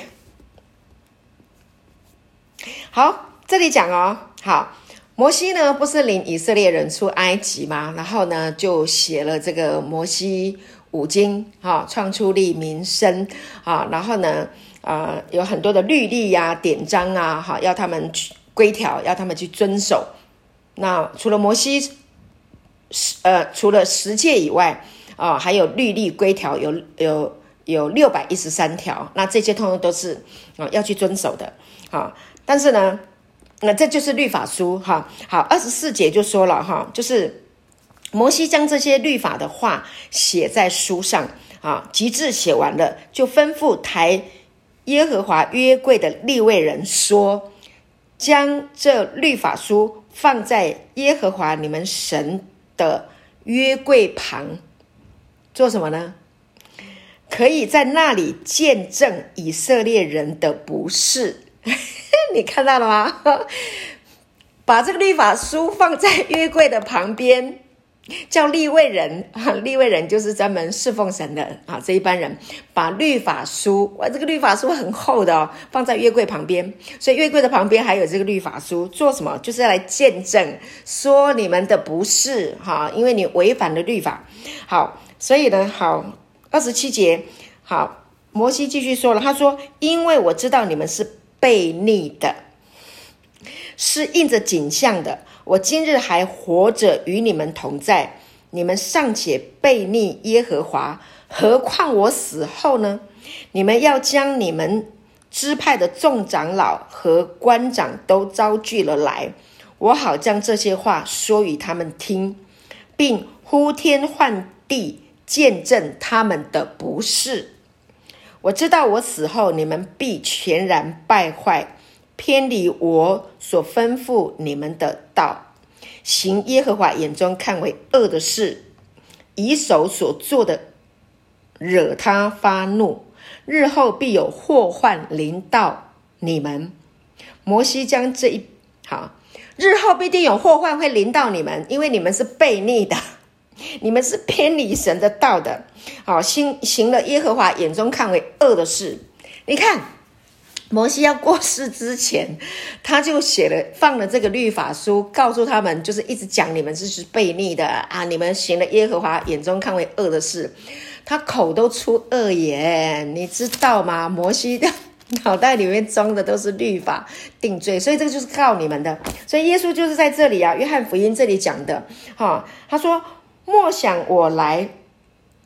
好，这里讲哦，好，摩西呢不是领以色列人出埃及吗？然后呢就写了这个摩西五经，哈、哦，创出利民申啊，然后呢，呃，有很多的律例呀、啊、典章啊，哈，要他们规条，要他们去遵守。那除了摩西，呃，除了十诫以外。哦，还有律例规条有有有六百一十三条，那这些通通都是、哦、要去遵守的。好、哦，但是呢，那这就是律法书哈、哦。好，二十四节就说了哈、哦，就是摩西将这些律法的话写在书上啊，极致写完了，就吩咐抬耶和华约柜的利未人说，将这律法书放在耶和华你们神的约柜旁。做什么呢？可以在那里见证以色列人的不是。你看到了吗？把这个律法书放在约柜的旁边，叫利未人，利未人就是专门侍奉神的啊，这一班人把律法书，哇，这个律法书很厚的哦，放在约柜旁边，所以约柜的旁边还有这个律法书，做什么？就是要来见证，说你们的不是哈，因为你违反了律法。好。所以呢，好，二十七节，好，摩西继续说了，他说，因为我知道你们是悖逆的，是印着景象的，我今日还活着与你们同在，你们尚且悖逆耶和华，何况我死后呢？你们要将你们支派的众长老和官长都招聚了来，我好将这些话说与他们听，并呼天唤地见证他们的不是。我知道我死后你们必全然败坏，偏离我所吩咐你们的道，行耶和华眼中看为恶的事，以手所做的惹他发怒，日后必有祸患临到你们。摩西将这一好，日后必定有祸患会临到你们，因为你们是悖逆的，你们是偏离神的道的，好，行行了耶和华眼中看为恶的事。你看摩西要过世之前，他就写了放了这个律法书，告诉他们，就是一直讲你们这是悖逆的啊，你们行了耶和华眼中看为恶的事，他口都出恶言，你知道吗？摩西的脑袋里面装的都是律法定罪，所以这个就是告你们的。所以耶稣就是在这里啊，约翰福音这里讲的、哦、他说莫想我来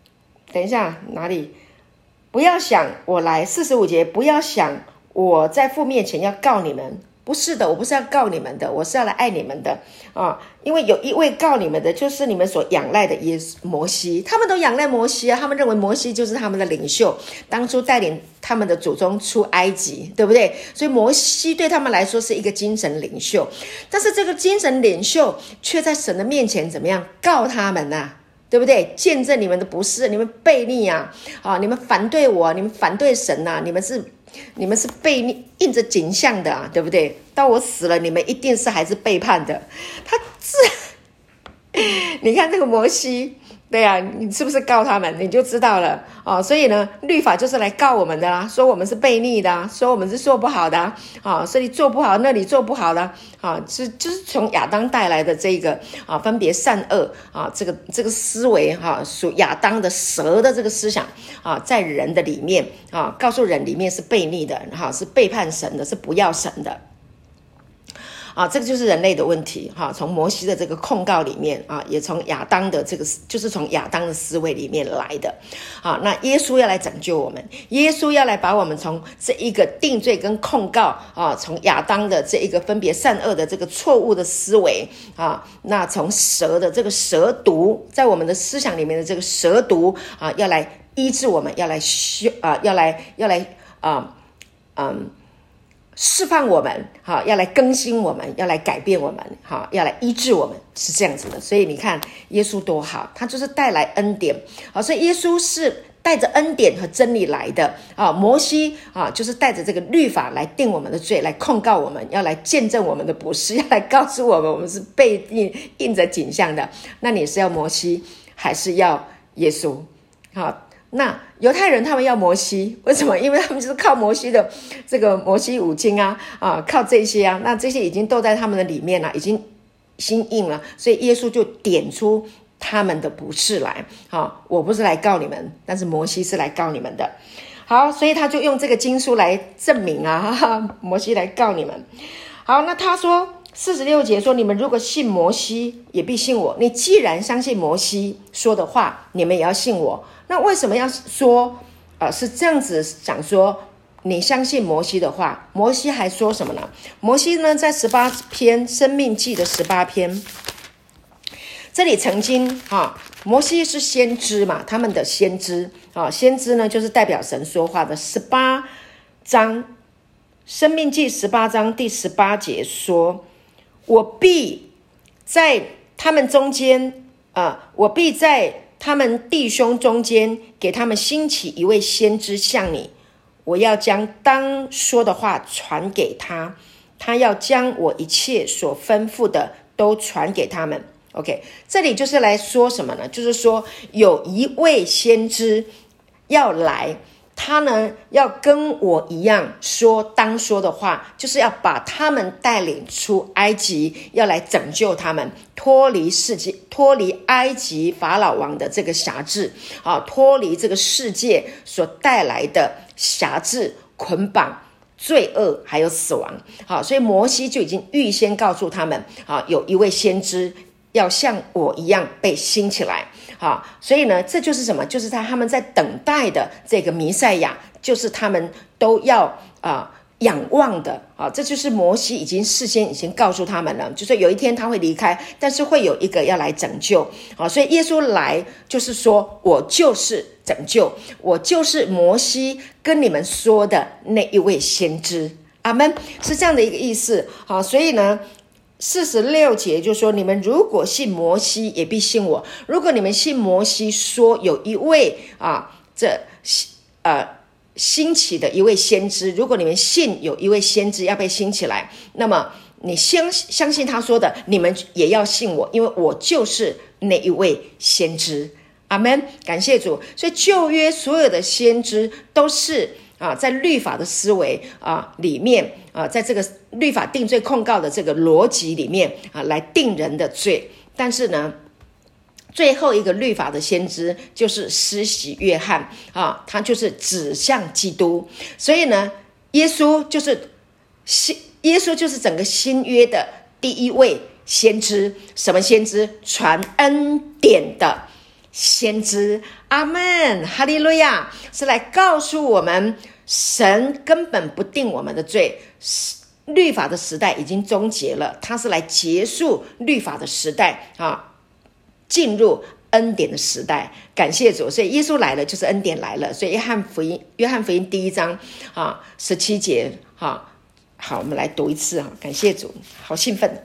等一下哪里？不要想我来四十五节，不要想我在父面前要告你们，不是的，我不是要告你们的，我是要来爱你们的啊！因为有一位告你们的，就是你们所仰赖的耶稣摩西，他们都仰赖摩西啊，他们认为摩西就是他们的领袖，当初带领他们的祖宗出埃及，对不对？所以摩西对他们来说是一个精神领袖，但是这个精神领袖却在神的面前怎么样告他们啊？对不对？见证你们的不是，你们悖逆啊！啊，你们反对我，你们反对神啊！你们是，你们是悖逆，印着景象的啊，对不对？到我死了，你们一定是还是背叛的。他这，你看这个摩西，对啊，你是不是告他们，你就知道了哦。所以呢，律法就是来告我们的啦，说我们是悖逆的、啊，说我们是做不好的啊，哦、这里做不好，那里做不好的啊，哦、是就是从亚当带来的这个啊，分别善恶啊，这个这个思维哈，属亚当的蛇的这个思想啊，在人的里面啊，告诉人里面是悖逆的哈，是背叛神的，是不要神的。啊，这个就是人类的问题哈。从摩西的这个控告里面啊，也从亚当的这个，就是从亚当的思维里面来的。啊，那耶稣要来拯救我们，耶稣要来把我们从这一个定罪跟控告啊，从亚当的这一个分别善恶的这个错误的思维啊，那从蛇的这个蛇毒，在我们的思想里面的这个蛇毒啊，要来医治我们，要来修啊，要来要来啊，嗯。释放我们，哈，要来更新我们，要来改变我们，哈，要来医治我们，是这样子的。所以你看，耶稣多好，他就是带来恩典，好，所以耶稣是带着恩典和真理来的啊。摩西啊，就是带着这个律法来定我们的罪，来控告我们，要来见证我们的不是，要来告诉我们我们是被印印着景象的。那你是要摩西还是要耶稣？好。那犹太人他们要摩西，为什么？因为他们就是靠摩西的这个摩西五经啊，啊，靠这些啊，那这些已经都在他们的里面了，已经心印了，所以耶稣就点出他们的不是来，啊，我不是来告你们，但是摩西是来告你们的。好，所以他就用这个经书来证明啊，哈哈，摩西来告你们。好，那他说四十六节说，你们如果信摩西，也必信我。你既然相信摩西说的话，你们也要信我。那为什么要说呃是这样子讲说你相信摩西的话？摩西还说什么呢？摩西呢在十八篇生命记的十八篇，这里曾经啊，摩西是先知嘛，他们的先知啊，先知呢就是代表神说话的。十八章生命记十八章第十八节说，我必在他们中间啊，我必在他们弟兄中间给他们兴起一位先知像你，我要将当说的话传给他，他要将我一切所吩咐的都传给他们。 OK， 这里就是来说什么呢？就是说有一位先知要来，他呢要跟我一样说当说的话，就是要把他们带领出埃及，要来拯救他们脱离世界，脱离埃及法老王的这个辖制啊，脱离这个世界所带来的辖制、捆绑、罪恶还有死亡。好，所以摩西就已经预先告诉他们啊，有一位先知要像我一样被兴起来。好，所以呢，这就是什么？就是他他们在等待的这个弥赛亚，就是他们都要啊、呃、仰望的啊。这就是摩西已经事先已经告诉他们了，就是有一天他会离开，但是会有一个要来拯救啊。所以耶稣来就是说，我就是拯救，我就是摩西跟你们说的那一位先知。阿们，是这样的一个意思。好，所以呢。四十六节就说，你们如果信摩西，也必信我。如果你们信摩西说有一位啊，这呃兴起的一位先知，如果你们信有一位先知要被兴起来，那么你相相信他说的，你们也要信我，因为我就是那一位先知。阿们，感谢主。所以旧约所有的先知都是啊，在律法的思维啊里面啊，在这个律法定罪控告的这个逻辑里面啊，来定人的罪。但是呢，最后一个律法的先知就是施洗约翰啊，他就是指向基督。所以呢，耶稣就是新，耶稣就是整个新约的第一位先知。什么先知？传恩典的先知。阿们，哈利路亚，是来告诉我们神根本不定我们的罪，律法的时代已经终结了，他是来结束律法的时代啊，进入恩典的时代。感谢主，所以耶稣来了就是恩典来了。所以约翰福音约翰福音第一章啊十七节啊，好，我们来读一次啊，感谢主，好兴奋。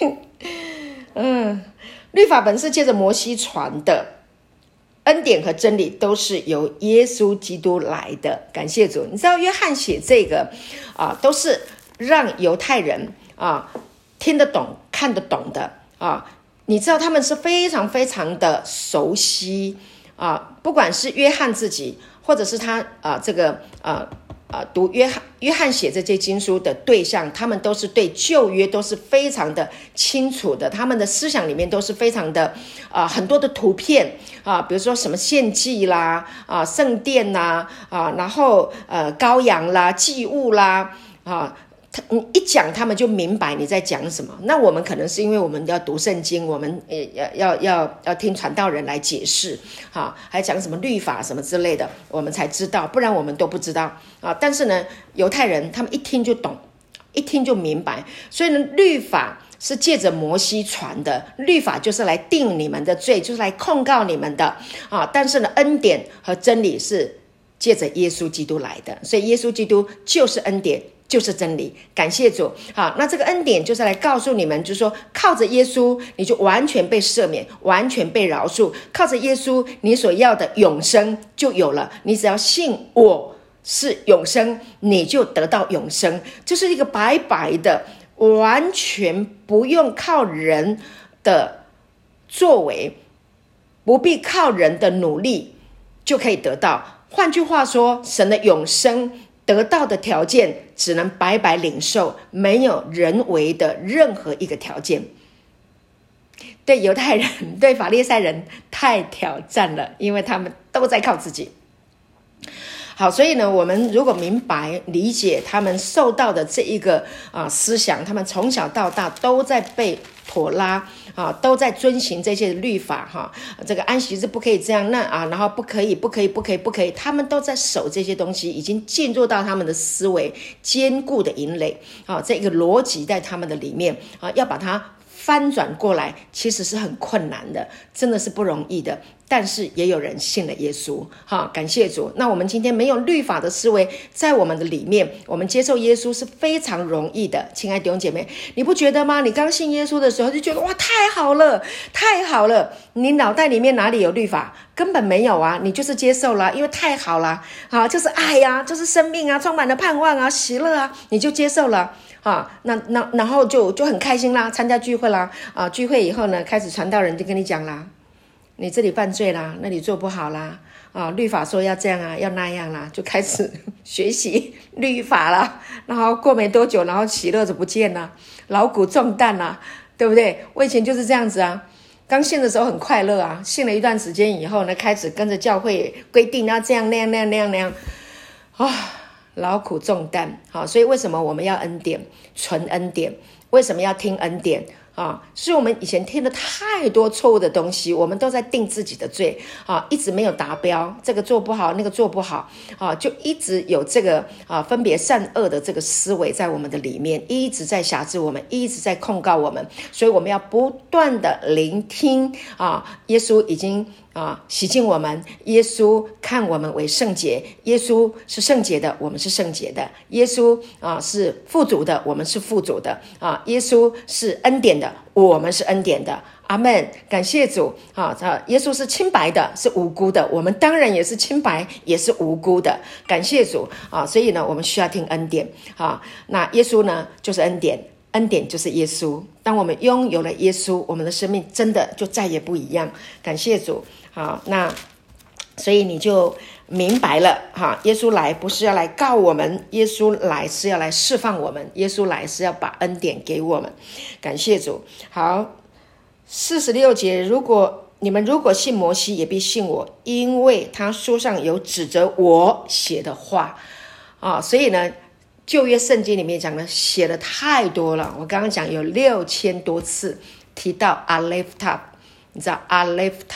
嗯，律法本是借着摩西传的，恩典和真理都是由耶稣基督来的。感谢主，你知道约翰写这个啊，都是让犹太人啊听得懂、看得懂的啊。你知道他们是非常非常的熟悉啊，不管是约翰自己，或者是他啊这个呃呃读约翰约翰写这些经书的对象，他们都是对旧约都是非常的清楚的，他们的思想里面都是非常的啊、呃、很多的图片啊，比如说什么献祭啦啊圣殿啦啊，然后呃羔羊啦祭物啦啊。他你一讲，他们就明白你在讲什么。那我们可能是因为我们要读圣经，我们要要要要听传道人来解释，哈，还讲什么律法什么之类的，我们才知道，不然我们都不知道啊。但是呢，犹太人他们一听就懂，一听就明白。所以呢，律法是借着摩西传的，律法就是来定你们的罪，就是来控告你们的啊。但是呢，恩典和真理是借着耶稣基督来的，所以耶稣基督就是恩典，就是真理。感谢主。好，那这个恩典就是来告诉你们，就是说靠着耶稣你就完全被赦免，完全被饶恕，靠着耶稣你所要的永生就有了，你只要信我是永生，你就得到永生。就是一个白白的，完全不用靠人的作为，不必靠人的努力就可以得到。换句话说，神的永生得到的条件只能白白领受，没有人为的任何一个条件。对犹太人，对法利赛人太挑战了，因为他们都在靠自己。好，所以呢，我们如果明白理解他们受到的这一个啊思想，他们从小到大都在被妥拉啊，都在遵行这些律法哈。这个安息日不可以这样，那啊，然后不可以，不可以，不可以，不可以，他们都在守这些东西，已经进入到他们的思维坚固的营垒啊，这个逻辑在他们的里面啊，要把它翻转过来，其实是很困难的，真的是不容易的。但是也有人信了耶稣，哈，感谢主。那我们今天没有律法的思维在我们的里面，我们接受耶稣是非常容易的。亲爱的弟兄姐妹，你不觉得吗？你刚信耶稣的时候就觉得哇，太好了，太好了。你脑袋里面哪里有律法？根本没有啊，你就是接受了，因为太好了，啊，就是爱呀、啊，就是生命啊，充满了盼望啊，喜乐啊，你就接受了。啊，那那然后就就很开心啦，参加聚会啦，啊，聚会以后呢，开始传道人就跟你讲啦，你这里犯罪啦，那里做不好啦，啊，律法说要这样啊，要那样啦，就开始学习律法啦，然后过没多久，然后喜乐就不见了，劳苦重担啦，对不对？我以前就是这样子啊，刚信的时候很快乐啊，信了一段时间以后呢，开始跟着教会规定要这样那样那样那样那样，啊。劳苦重担，好，所以为什么我们要恩典，纯恩典？为什么要听恩典啊？是我们以前听了太多错误的东西，我们都在定自己的罪啊，一直没有达标，这个做不好，那个做不好啊，就一直有这个啊分别善恶的这个思维在我们的里面，一直在辖制我们，一直在控告我们，所以我们要不断的聆听啊，耶稣已经。啊，洗净我们，耶稣看我们为圣洁，耶稣是圣洁的，我们是圣洁的，耶稣啊是富足的，我们是富足的啊，耶稣是恩典的，我们是恩典的，阿们，感谢主啊！耶稣是清白的，是无辜的，我们当然也是清白，也是无辜的，感谢主啊！所以呢，我们需要听恩典啊。那耶稣呢，就是恩典。恩典就是耶稣，当我们拥有了耶稣，我们的生命真的就再也不一样。感谢主，好，那所以你就明白了哈，耶稣来不是要来告我们，耶稣来是要来释放我们，耶稣来是要把恩典给我们。感谢主。好，四十六节，如果你们如果信摩西，也必信我，因为他书上有指着我写的话啊，所以呢。旧约圣经里面讲的写的太多了，我刚刚讲有六千多次提到 Aleph Tav， 你知道 Aleph Tav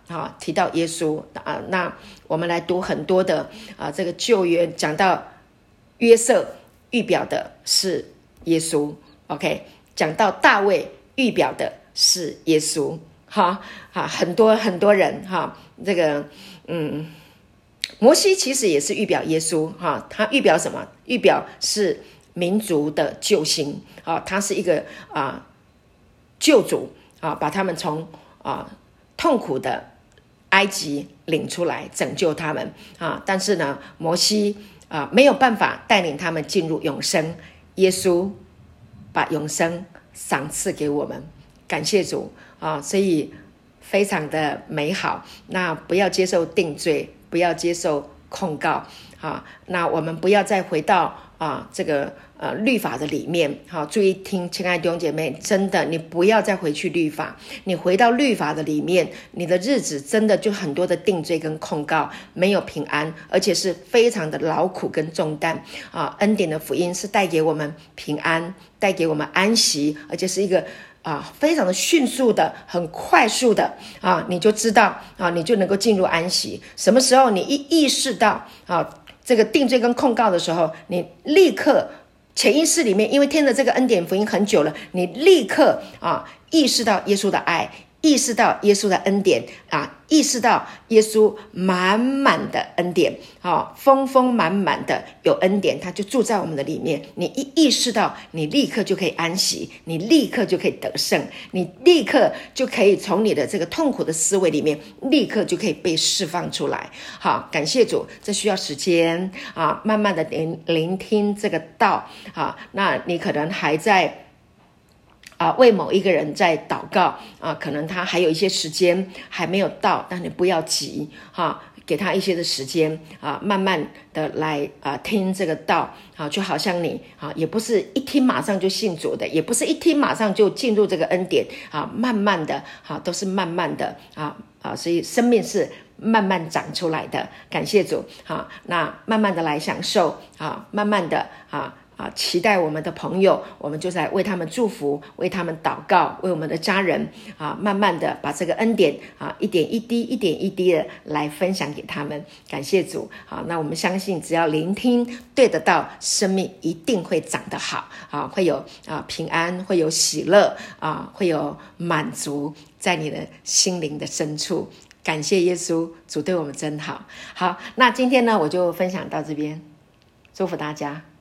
啊，提到耶稣啊，那我们来读很多的啊，这个旧约讲到约瑟预表的是耶稣 ，OK， 讲到大卫预表的是耶稣，哈啊，很多很多人哈，这个嗯，摩西其实也是预表耶稣哈，他预表什么？预表是民族的救星啊，他是一个啊救主啊，把他们从啊痛苦的埃及领出来，拯救他们啊。但是呢，摩西啊没有办法带领他们进入永生，耶稣把永生赏赐给我们，感谢主啊！所以非常的美好。那不要接受定罪，不要接受控告啊。那我们不要再回到啊这个呃律法的里面，好，注意听，亲爱的弟兄姐妹，真的，你不要再回去律法，你回到律法的里面，你的日子真的就很多的定罪跟控告，没有平安，而且是非常的劳苦跟重担啊。恩典的福音是带给我们平安，带给我们安息，而且是一个啊，非常的迅速的，很快速的啊，你就知道啊，你就能够进入安息。什么时候你一意识到啊，这个定罪跟控告的时候，你立刻潜意识里面，因为听了这个恩典福音很久了，你立刻啊意识到耶稣的爱，意识到耶稣的恩典啊，意识到耶稣满满的恩典啊，丰丰满满的有恩典，他就住在我们的里面。你一意识到，你立刻就可以安息，你立刻就可以得胜，你立刻就可以从你的这个痛苦的思维里面，立刻就可以被释放出来。好，感谢主，这需要时间啊，慢慢的聆聆听这个道啊，那你可能还在啊，为某一个人在祷告啊，可能他还有一些时间还没有到，但你不要急哈、啊，给他一些的时间啊，慢慢的来啊听这个道啊，就好像你啊，也不是一听马上就信主的，也不是一听马上就进入这个恩典啊，慢慢的啊，都是慢慢的啊啊，所以生命是慢慢长出来的，感谢主啊，那慢慢的来享受啊，慢慢的啊。啊，期待我们的朋友，我们就在为他们祝福，为他们祷告，为我们的家人啊，慢慢的把这个恩典啊，一点一滴，一点一滴的来分享给他们。感谢主，好，那我们相信，只要聆听对得到，生命一定会长得好啊，会有啊平安，会有喜乐啊，会有满足在你的心灵的深处。感谢耶稣，主对我们真好。好，那今天呢，我就分享到这边，祝福大家。